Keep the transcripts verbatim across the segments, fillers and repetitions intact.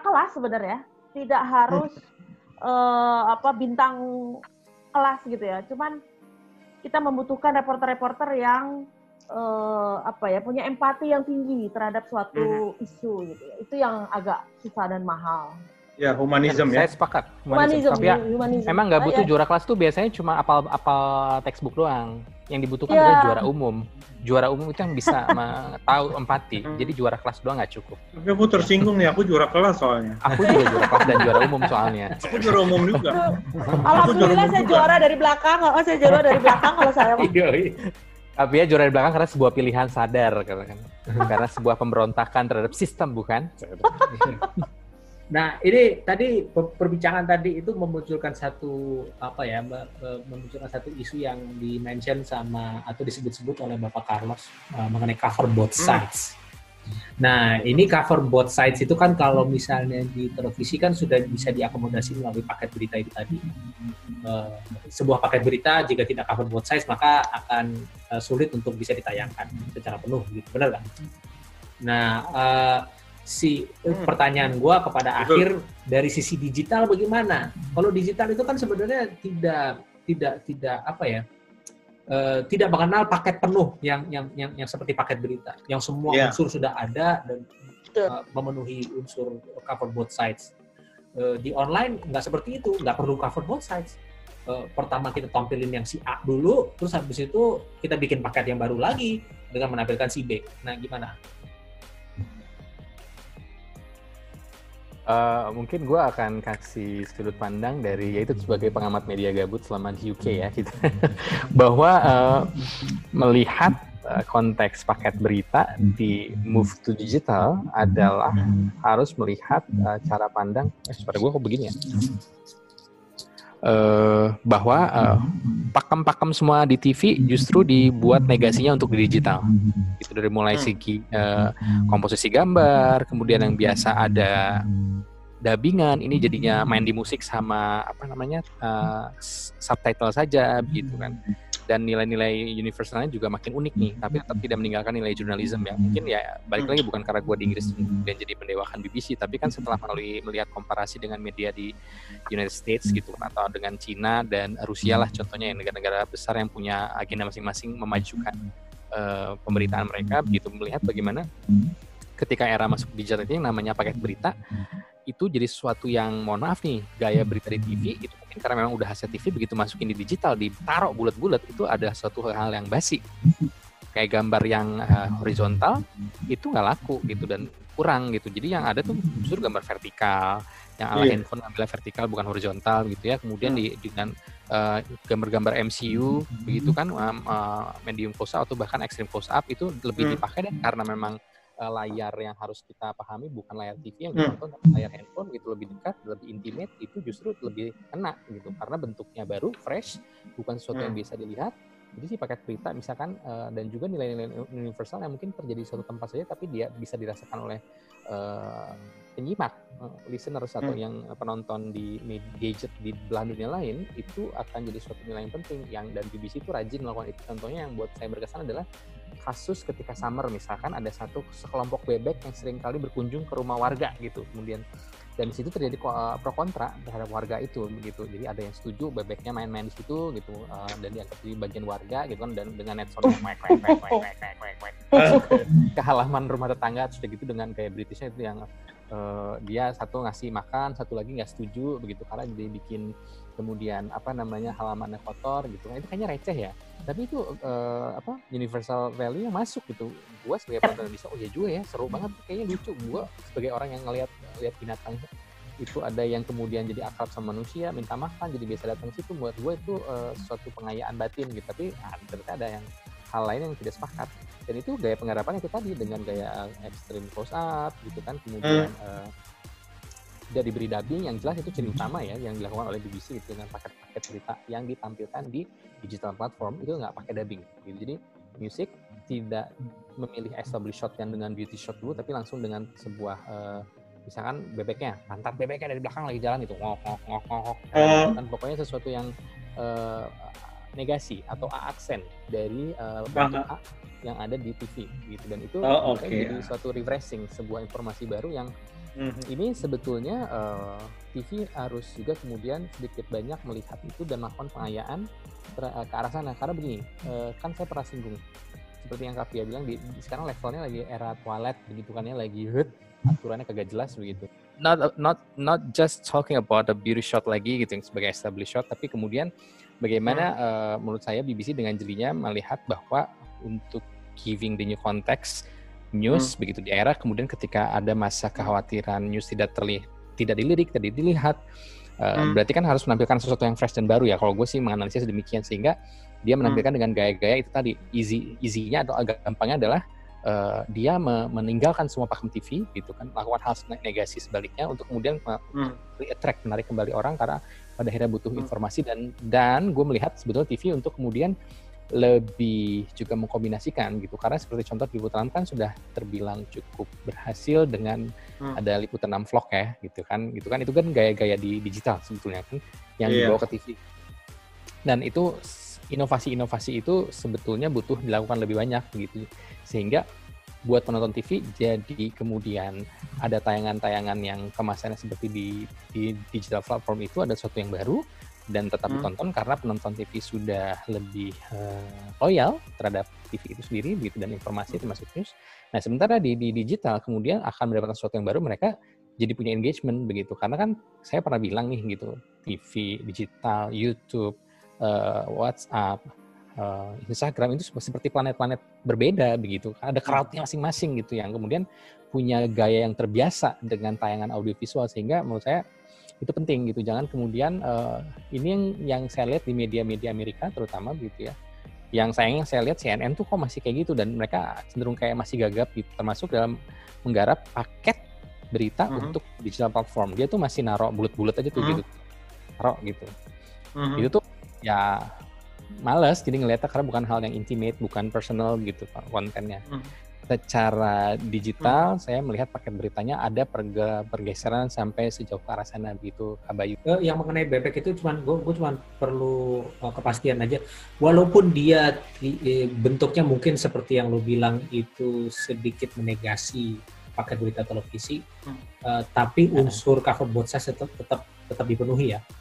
kelas sebenarnya, tidak harus uh, apa bintang kelas gitu ya. Cuman kita membutuhkan reporter-reporter yang uh, apa ya punya empati yang tinggi terhadap suatu hmm. isu gitu ya. Itu yang agak susah dan mahal. Ya, humanism ya. Saya sepakat. Humanism. Tapi ya, humanism. emang nggak butuh ya. juara kelas tuh biasanya cuma apal-apal textbook doang. Yang dibutuhkan ya. adalah juara umum. Juara umum itu yang bisa tahu empati. Jadi juara kelas doang nggak cukup. Tapi aku tersinggung nih, aku juara kelas soalnya. Aku juga juara kelas dan juara umum soalnya. Aku juara umum juga. Alhamdulillah saya juga. juara dari belakang. Oh, saya juara dari belakang kalau saya. Tapi ya juara dari belakang karena sebuah pilihan sadar kan. Karena sebuah pemberontakan terhadap sistem, bukan? Nah, ini tadi perbincangan tadi itu memunculkan satu apa ya, memunculkan satu isu yang di-mention sama atau disebut-sebut oleh Bapak Carlos uh, mengenai cover both sides. Hmm. Nah, ini cover both sides itu kan kalau misalnya di televisi kan sudah bisa diakomodasi melalui paket berita itu tadi. Uh, sebuah paket berita jika tidak cover both sides maka akan uh, sulit untuk bisa ditayangkan secara penuh, gitu. Benar nggak? Nah, uh, si hmm. pertanyaan gue kepada Betul. Akhir dari sisi digital bagaimana? Kalau digital itu kan sebenarnya tidak tidak tidak apa ya uh, tidak mengenal paket penuh yang yang yang yang seperti paket berita yang semua yeah. unsur sudah ada dan uh, memenuhi unsur cover both sides. Uh, di online nggak seperti itu, nggak perlu cover both sides. Uh, pertama kita tampilin yang si A dulu, terus habis itu kita bikin paket yang baru lagi dengan menampilkan si B. Nah gimana? Uh, mungkin gue akan kasih sudut pandang dari yaitu sebagai pengamat media gabut selama di U K ya gitu. Bahwa uh, melihat uh, konteks paket berita di move to digital adalah harus melihat uh, cara pandang eh suara gue kok begini ya uh, bahwa uh, pakem-pakem semua di T V justru dibuat negasinya untuk di digital. Itu dari mulai segi uh, komposisi gambar, kemudian yang biasa ada dubbingan, ini jadinya main di musik sama apa namanya uh, subtitle saja begitu kan. Dan nilai-nilai universalnya juga makin unik nih, tapi tetap tidak meninggalkan nilai jurnalisme ya. Mungkin ya balik lagi bukan karena gue di Inggris dan jadi pendewakan B B C, tapi kan setelah melalui melihat komparasi dengan media di United States gitu atau dengan Cina dan Rusia lah contohnya yang negara-negara besar yang punya agenda masing-masing memajukan uh, pemberitaan mereka, begitu melihat bagaimana ketika era masuk digital itu yang namanya paket berita itu jadi sesuatu yang mohon maaf nih gaya berita di T V itu mungkin karena memang udah hasil T V begitu masukin di digital ditaruh bulat-bulat itu ada suatu hal yang basi kayak gambar yang uh, horizontal itu nggak laku gitu dan kurang gitu, jadi yang ada tuh justru gambar vertikal yang ala yeah. handphone ambil vertikal bukan horizontal gitu ya, kemudian di, dengan uh, gambar-gambar M C U begitu kan um, uh, medium close up atau bahkan extreme close up itu lebih dipakai dan karena memang layar yang harus kita pahami bukan layar T V yang ditonton, hmm. layar handphone gitu lebih dekat, lebih intimate, itu justru lebih kena gitu karena bentuknya baru, fresh, bukan sesuatu hmm. yang bisa dilihat. Jadi sih paket berita misalkan uh, dan juga nilai-nilai universal yang mungkin terjadi di suatu tempat saja tapi dia bisa dirasakan oleh uh, penyimak, uh, listeners atau hmm. yang penonton di gadget di belahan dunia lain itu akan jadi suatu nilai yang penting yang dan B B C itu rajin melakukan itu. Contohnya yang buat saya berkesan adalah kasus ketika summer misalkan ada satu sekelompok bebek yang sering kali berkunjung ke rumah warga gitu, kemudian dan di situ terjadi pro kontra terhadap warga itu begitu, jadi ada yang setuju bebeknya main-main di situ gitu uh, dan dianggap jadi bagian warga gitu kan, dan dengan net sound yang wek wek wek wek wek wek wek ke halaman rumah tetangga, sudah gitu dengan kayak Britishnya itu yang uh, dia satu ngasih makan, satu lagi nggak setuju begitu karena dia bikin kemudian apa namanya halamannya kotor gitu, itu kayaknya receh ya, tapi itu uh, apa universal value yang masuk gitu. Gue sebagai penonton Indonesia, oh ya juga ya seru banget, kayaknya lucu. Gue sebagai orang yang ngelihat lihat binatang itu ada yang kemudian jadi akrab sama manusia, minta makan, jadi biasa datang situ, buat gue itu uh, suatu pengayaan batin gitu. Tapi nah, ternyata ada yang hal lain yang tidak sepakat, dan itu gaya penggarapan itu tadi dengan gaya extreme close up gitu kan, kemudian hmm. uh, tidak diberi dubbing, yang jelas itu ciri utama ya yang dilakukan oleh B B C itu dengan paket-paket berita yang ditampilkan di digital platform itu nggak pakai dubbing gitu. Jadi musik tidak memilih established shot yang dengan beauty shot dulu, tapi langsung dengan sebuah uh, misalkan bebeknya, pantat bebeknya dari belakang lagi jalan itu ngok ngok ngok ngok kan, pokoknya sesuatu yang uh, negasi atau aksen dari uh, bentuk A yang ada di T V gitu, dan itu oh, okay. jadi suatu refreshing, sebuah informasi baru yang Mhm. Ini sebetulnya uh, T V harus juga kemudian sedikit banyak melihat itu dan melakukan pengayaan ter- uh, ke arah sana. Karena begini, uh, kan saya pernah singgung, seperti yang Kak Pia bilang, di, di sekarang levelnya lagi era toilet, begitu kan ya, lagi hut, aturannya kagak jelas begitu. Not not not just talking about the beauty shot lagi gitu yang sebagai established shot, tapi kemudian bagaimana hmm. uh, menurut saya B B C dengan jelinya melihat bahwa untuk giving the new context news hmm. begitu di era kemudian ketika ada masa kekhawatiran news tidak terlihat, tidak dilirik, tidak dilihat, uh, hmm. berarti kan harus menampilkan sesuatu yang fresh dan baru ya. Kalau gue sih menganalisis demikian, sehingga dia menampilkan hmm. dengan gaya-gaya itu tadi, easy easy-nya atau agak gampangnya adalah uh, dia me- meninggalkan semua pakem T V gitu kan, melakukan hal negasi sebaliknya untuk kemudian hmm. attract, menarik kembali orang karena pada akhirnya butuh hmm. informasi, dan dan gue melihat sebetulnya T V untuk kemudian lebih juga mengkombinasikan gitu, karena seperti contoh di liputan enam kan sudah terbilang cukup berhasil dengan hmm. ada liputan enam vlog ya gitu kan, gitu kan itu kan gaya-gaya di digital sebetulnya kan yang yeah. dibawa ke T V, dan itu inovasi-inovasi itu sebetulnya butuh dilakukan lebih banyak gitu, sehingga buat penonton T V jadi kemudian ada tayangan-tayangan yang kemasannya seperti di, di digital platform itu ada sesuatu yang baru dan tetap hmm. ditonton karena penonton T V sudah lebih uh, loyal terhadap T V itu sendiri gitu, dan informasi hmm. termasuk news. Nah sementara di, di digital kemudian akan mendapatkan sesuatu yang baru, mereka jadi punya engagement begitu, karena kan saya pernah bilang nih gitu, T V, digital, YouTube, uh, WhatsApp, uh, Instagram itu seperti planet-planet berbeda begitu, ada crowd-nya masing-masing gitu yang kemudian punya gaya yang terbiasa dengan tayangan audiovisual, sehingga menurut saya itu penting gitu. Jangan kemudian uh, ini yang yang saya lihat di media-media Amerika terutama gitu ya. Yang sayangnya saya lihat C N N tuh kok masih kayak gitu, dan mereka cenderung kayak masih gagap gitu, termasuk dalam menggarap paket berita uh-huh. untuk digital platform. Dia tuh masih naruh bulat-bulat aja tuh uh-huh. gitu. Naruh gitu. Uh-huh. Itu tuh ya males jadi ngeliatnya karena bukan hal yang intimate, bukan personal gitu kontennya. Uh-huh. Secara digital, hmm. saya melihat paket beritanya ada perge- pergeseran sampai sejauh ke arah sana begitu, Abayu. Uh, yang mengenai bebek itu cuman gue gue cuman perlu uh, kepastian aja. Walaupun dia di, bentuknya mungkin seperti yang lo bilang itu sedikit menegasi paket berita televisi, hmm. uh, tapi unsur cover both sides tetap tetap tetap dipenuhi ya.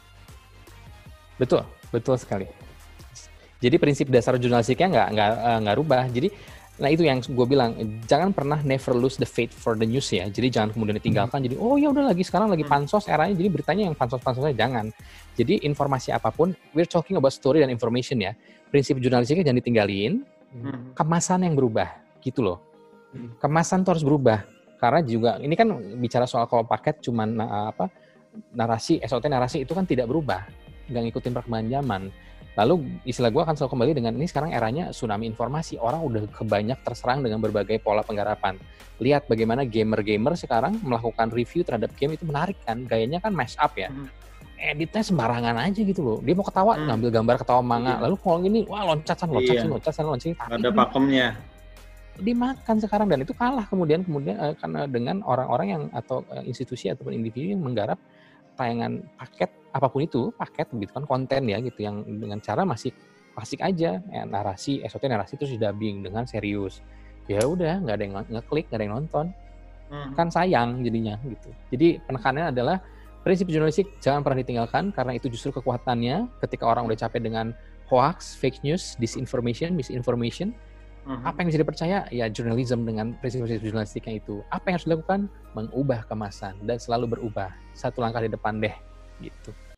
Betul, betul sekali. Jadi prinsip dasar jurnalistiknya nggak nggak nggak rubah. Jadi nah itu yang gue bilang, jangan pernah never lose the faith for the news ya. Jadi jangan kemudian ditinggalkan. Hmm. Jadi oh ya udah lagi sekarang lagi pansos eranya, jadi beritanya yang pansos-pansosnya jangan. Jadi informasi apapun, we're talking about story dan information ya. Prinsip jurnalistiknya jangan ditinggalin. Hmm. Kemasan yang berubah gitu loh. Kemasan tuh harus berubah. Karena juga ini kan bicara soal kalau paket cuman uh, apa narasi, S O T narasi itu kan tidak berubah, nggak ngikutin perkembangan zaman. Lalu istilah gue akan selalu kembali dengan ini sekarang eranya tsunami informasi. Orang udah kebanyak terserang dengan berbagai pola penggarapan. Lihat bagaimana gamer-gamer sekarang melakukan review terhadap game itu menarik kan. Gayanya kan mash up ya. Hmm. Editnya sembarangan aja gitu loh. Dia mau ketawa, hmm. ngambil gambar ketawa manga. Iya. Lalu kalau gini, wah loncat sana, loncat sana, loncat sana, loncat sana. Ada pakemnya. Dimakan sekarang, dan itu kalah kemudian kemudian uh, karena dengan orang-orang yang atau uh, institusi ataupun individu yang menggarap tayangan paket apapun itu, paket gitu kan, konten ya gitu, yang dengan cara masih klasik aja, ya, narasi, S O T narasi terus dubbing dengan serius. Ya udah, nggak ada yang ngeklik, nggak ada yang nonton, hmm. kan sayang jadinya gitu. Jadi penekanannya adalah prinsip jurnalistik jangan pernah ditinggalkan, karena itu justru kekuatannya ketika orang udah capek dengan hoax, fake news, disinformation, misinformation. Hmm. Apa yang bisa dipercaya? Ya journalism dengan prinsip-prinsip jurnalistiknya itu. Apa yang harus dilakukan? Mengubah kemasan dan selalu berubah. Satu langkah di depan deh, gitu.